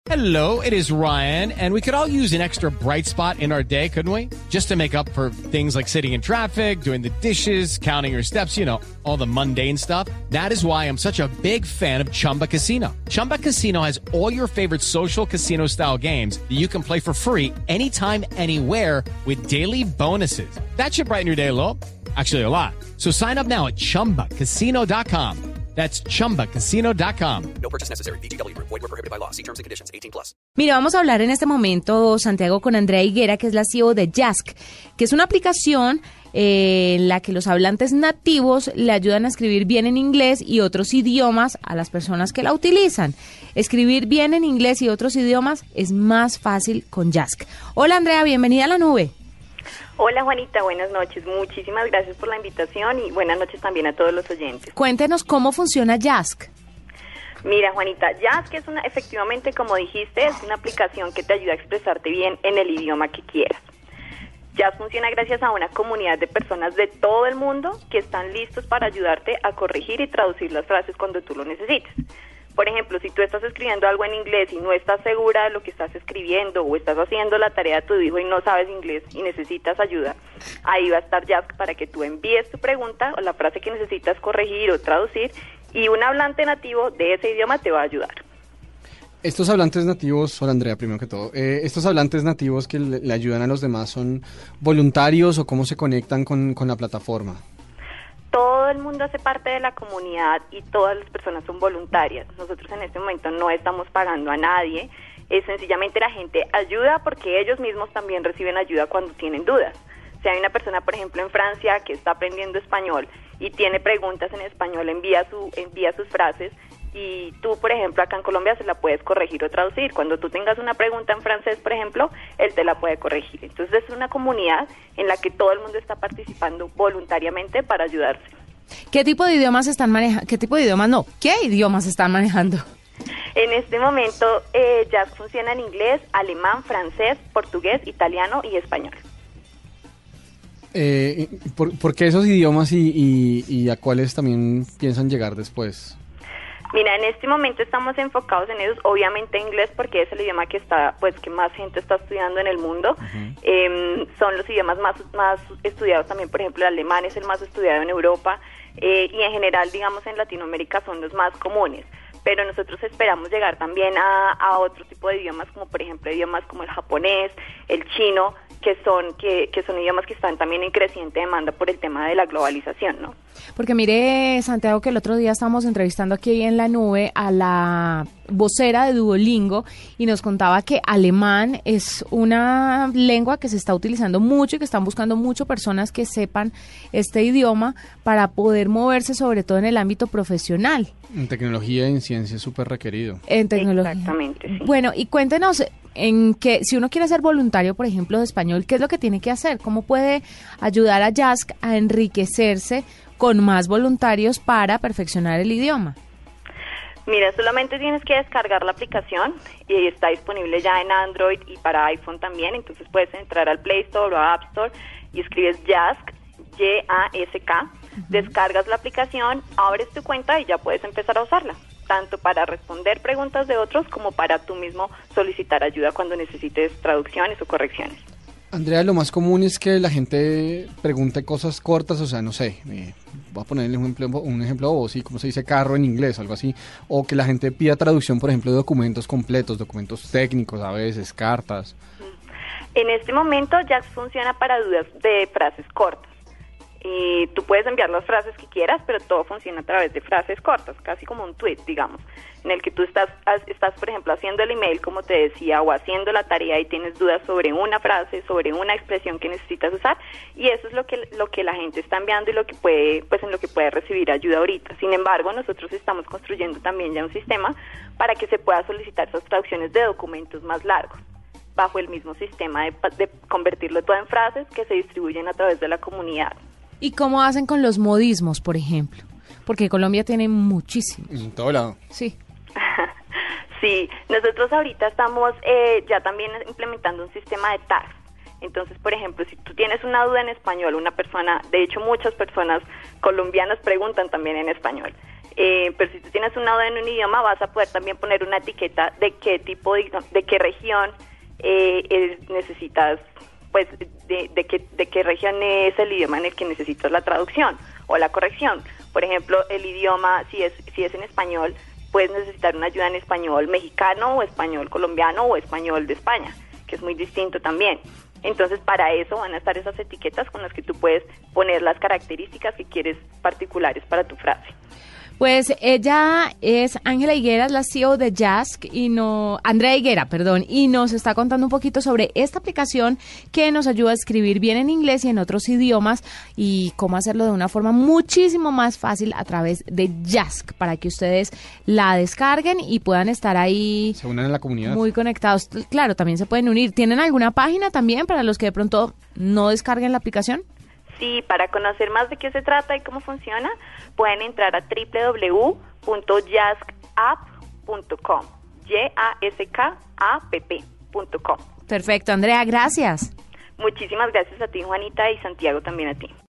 Hello, it is Ryan, and we could all use an extra bright spot in our day, couldn't we? Just to make up for things like sitting in traffic, doing the dishes, counting your steps, you know, all the mundane stuff. That is why I'm such a big fan of Chumba Casino. Chumba Casino has all your favorite social casino-style games that you can play for free anytime, anywhere with daily bonuses. That should brighten your day a little. Actually, a lot. So sign up now at ChumbaCasino.com. That's ChumbaCasino.com. No purchase necessary. VGW Group. Void where prohibited by law. See terms and conditions. 18+. Mira, vamos a hablar en este momento, Santiago, con Andrea Higuera, que es la CEO de Jask, que es una aplicación en la que los hablantes nativos le ayudan a escribir bien en inglés y otros idiomas a las personas que la utilizan. Escribir bien en inglés y otros idiomas es más fácil con Jask. Hola, Andrea, bienvenida a La Nube. Hola Juanita, buenas noches. Muchísimas gracias por la invitación y buenas noches también a todos los oyentes. Cuéntenos cómo funciona Jask. Mira Juanita, Jask es efectivamente, como dijiste, es una aplicación que te ayuda a expresarte bien en el idioma que quieras. Jask funciona gracias a una comunidad de personas de todo el mundo que están listos para ayudarte a corregir y traducir las frases cuando tú lo necesites. Por ejemplo, si tú estás escribiendo algo en inglés y no estás segura de lo que estás escribiendo o estás haciendo la tarea de tu hijo y no sabes inglés y necesitas ayuda, ahí va a estar Jask para que tú envíes tu pregunta o la frase que necesitas corregir o traducir y un hablante nativo de ese idioma te va a ayudar. Estos hablantes nativos, hola Andrea, primero que todo, estos hablantes nativos que le ayudan a los demás, ¿son voluntarios o cómo se conectan con la plataforma? Todo el mundo hace parte de la comunidad y todas las personas son voluntarias. Nosotros en este momento no estamos pagando a nadie, sencillamente la gente ayuda porque ellos mismos también reciben ayuda cuando tienen dudas. Si hay una persona, por ejemplo, en Francia que está aprendiendo español y tiene preguntas en español, envía sus frases y tú, por ejemplo, acá en Colombia se la puedes corregir o traducir. Cuando tú tengas una pregunta en francés, por ejemplo, él te la puede corregir. Entonces es una comunidad en la que todo el mundo está participando voluntariamente para ayudarse. ¿Qué tipo de idiomas están manejando? ¿Qué tipo de idiomas no? ¿Qué idiomas están manejando? En este momento Jask funciona en inglés, alemán, francés, portugués, italiano y español. ¿Por qué esos idiomas y a cuáles también piensan llegar después? Mira, en este momento estamos enfocados en ellos, obviamente inglés porque es el idioma que está, pues que más gente está estudiando en el mundo. Uh-huh. Son los idiomas más estudiados también, por ejemplo, el alemán es el más estudiado en Europa y en general, digamos, en Latinoamérica son los más comunes. Pero nosotros esperamos llegar también a otro tipo de idiomas, como por ejemplo idiomas como el japonés, el chino, que son idiomas que están también en creciente demanda por el tema de la globalización, ¿no? Porque mire, Santiago, que el otro día estábamos entrevistando aquí en La Nube a la vocera de Duolingo y nos contaba que alemán es una lengua que se está utilizando mucho y que están buscando mucho personas que sepan este idioma para poder moverse, sobre todo en el ámbito profesional. En tecnología y en ciencia es súper requerido. En tecnología. Exactamente, sí. Bueno, y cuéntenos, si uno quiere ser voluntario, por ejemplo, de español, ¿qué es lo que tiene que hacer? ¿Cómo puede ayudar a Jask a enriquecerse con más voluntarios para perfeccionar el idioma? Mira, solamente tienes que descargar la aplicación y está disponible ya en Android y para iPhone también, entonces puedes entrar al Play Store o a App Store y escribes Jask, J-A-S-K, descargas la aplicación, abres tu cuenta y ya puedes empezar a usarla, tanto para responder preguntas de otros como para tú mismo solicitar ayuda cuando necesites traducciones o correcciones. Andrea, lo más común es que la gente pregunte cosas cortas, o sea, no sé, voy a poner un ejemplo bobo, ¿sí? Como se dice carro en inglés, algo así, o que la gente pida traducción, por ejemplo, de documentos completos, documentos técnicos a veces, cartas. En este momento Jask funciona para dudas de frases cortas. Y tú puedes enviar las frases que quieras, pero todo funciona a través de frases cortas, casi como un tweet, digamos, en el que tú estás, por ejemplo, haciendo el email, como te decía, o haciendo la tarea y tienes dudas sobre una frase, sobre una expresión que necesitas usar, y eso es lo que la gente está enviando y lo que puede, pues en lo que puede recibir ayuda ahorita. Sin embargo, nosotros estamos construyendo también ya un sistema para que se pueda solicitar esas traducciones de documentos más largos, bajo el mismo sistema de convertirlo todo en frases que se distribuyen a través de la comunidad. ¿Y cómo hacen con los modismos, por ejemplo? Porque Colombia tiene muchísimos. En todo lado. Sí. Sí, nosotros ahorita estamos ya también implementando un sistema de tags. Entonces, por ejemplo, si tú tienes una duda en español, una persona, de hecho muchas personas colombianas preguntan también en español. Pero si tú tienes una duda en un idioma, vas a poder también poner una etiqueta de qué tipo, de qué región necesitas, pues de qué región es el idioma en el que necesitas la traducción o la corrección. Por ejemplo, el idioma, si es en español, puedes necesitar una ayuda en español mexicano o español colombiano o español de España, que es muy distinto también. Entonces, para eso van a estar esas etiquetas con las que tú puedes poner las características que quieres particulares para tu frase. Pues ella es Ángela Higueras, la CEO de Jask, Andrea Higuera, perdón, y nos está contando un poquito sobre esta aplicación que nos ayuda a escribir bien en inglés y en otros idiomas y cómo hacerlo de una forma muchísimo más fácil a través de Jask, para que ustedes la descarguen y puedan estar ahí. Se unen a la comunidad. Muy conectados. Claro, también se pueden unir. ¿Tienen alguna página también para los que de pronto no descarguen la aplicación? Sí, para conocer más de qué se trata y cómo funciona, pueden entrar a www.jaskapp.com. jaskapp.com. Perfecto, Andrea, gracias. Muchísimas gracias a ti, Juanita, y Santiago también a ti.